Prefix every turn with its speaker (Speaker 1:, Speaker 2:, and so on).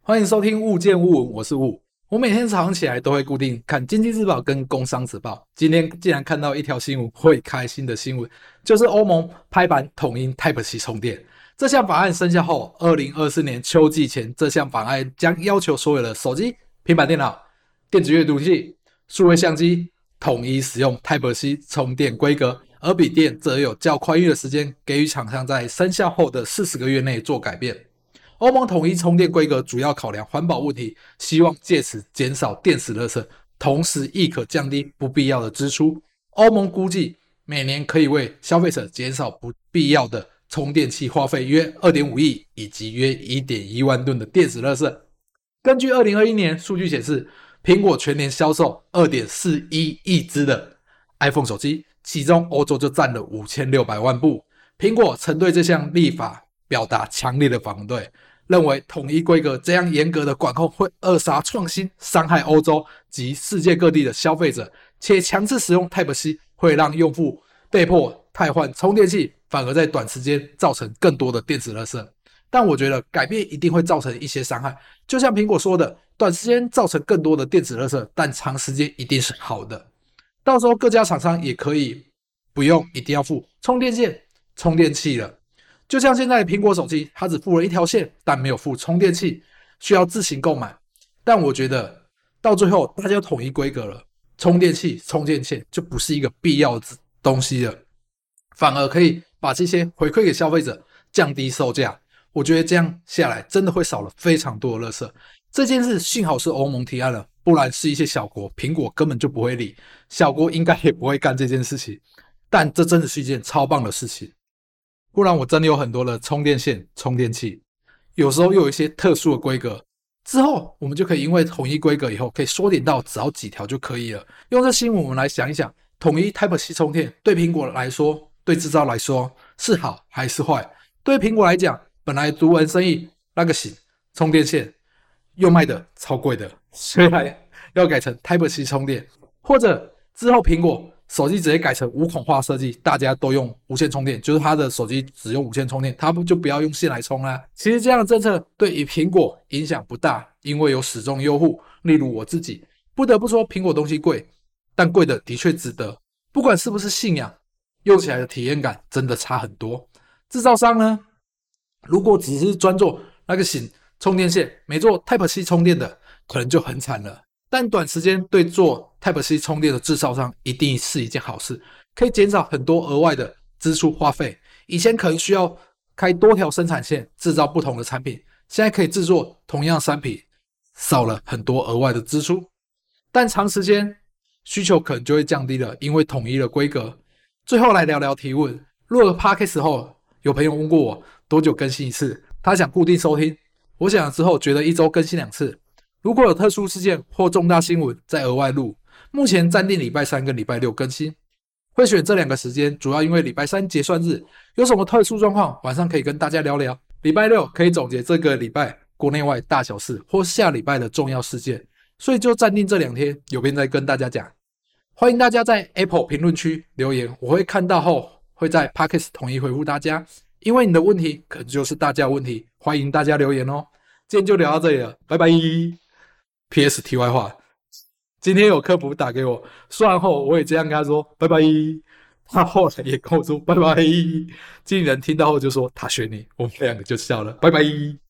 Speaker 1: 欢迎收听物见物闻，我是物。我每天早上起来都会固定看经济日报跟工商时报。今天竟然看到一条新闻，会开心的新闻，就是欧盟拍板统一 Type-C 充电。这项法案生效后，2024年秋季前，这项法案将要求所有的手机、平板电脑、电子阅读器、数位相机统一使用 Type-C 充电规格，而笔电则有较宽裕的时间，给予厂商在生效后的40个月内做改变。欧盟统一充电规格主要考量环保问题，希望借此减少电池垃圾，同时亦可降低不必要的支出。欧盟估计每年可以为消费者减少不必要的充电器花费约 2.5 亿以及约 1.1 万吨的电子垃圾。根据2021年数据显示，苹果全年销售 2.41 亿只的 iPhone 手机，其中欧洲就占了5600万部。苹果曾对这项立法表达强烈的反对，认为统一规格这样严格的管控会扼杀创新，伤害欧洲及世界各地的消费者，且强制使用 Type-C 会让用户被迫汰换充电器，反而在短时间造成更多的电子垃圾。但我觉得改变一定会造成一些伤害，就像苹果说的，短时间造成更多的电子垃圾，但长时间一定是好的。到时候各家厂商也可以不用一定要附充电线、充电器了。就像现在的苹果手机，它只附了一条线，但没有附充电器，需要自行购买。但我觉得到最后大家统一规格了，充电器、充电线就不是一个必要的东西了，反而可以把这些回馈给消费者，降低售价。我觉得这样下来真的会少了非常多的垃圾。这件事幸好是欧盟提案了，不然是一些小国，苹果根本就不会理，小国应该也不会干这件事情。但这真的是一件超棒的事情。不然我真的有很多的充电线、充电器，有时候又有一些特殊的规格，之后我们就可以因为统一规格以后可以缩减到只要几条就可以了。用这新闻我们来想一想，统一 Type-C 充电对苹果来说，对制造来说是好还是坏？对苹果来讲，本来独门生意那个型充电线又卖的超贵的，虽然要改成 Type-C 充电，或者之后苹果手机直接改成无孔化设计，大家都用无线充电，就是他的手机只用无线充电，他就不要用线来充啦。其实这样的政策对于苹果影响不大，因为有始终用户，例如我自己，不得不说苹果东西贵，但贵的的确值得。不管是不是信仰，用起来的体验感真的差很多。制造商呢，如果只是专做那个型充电线，没做 Type-C 充电的，可能就很惨了。但短时间对做 Type-C 充电的制造商一定是一件好事，可以减少很多额外的支出花费。以前可能需要开多条生产线制造不同的产品，现在可以制作同样商品，少了很多额外的支出。但长时间需求可能就会降低了，因为统一了规格。最后来聊聊提问，录了 Podcast 后，有朋友问过我多久更新一次，他想固定收听。我想了之后觉得1周更新2次。如果有特殊事件或重大新闻，再额外录。目前暂定礼拜3跟礼拜6更新，会选这2个时间，主要因为礼拜3结算日，有什么特殊状况，晚上可以跟大家聊聊。礼拜6可以总结这个礼拜国内外大小事或下礼拜的重要事件，所以就暂定这2天，有便再跟大家讲。欢迎大家在 Apple 评论区留言，我会看到后会在 Podcast 统一回复大家，因为你的问题可能就是大家的问题，欢迎大家留言哦。今天就聊到这里了，拜拜。PS 题外话，今天有客服打给我，说完后我也这样跟他说拜拜，他后来也跟我说拜拜。经纪人听到后就说他选你，我们2个就笑了，拜拜。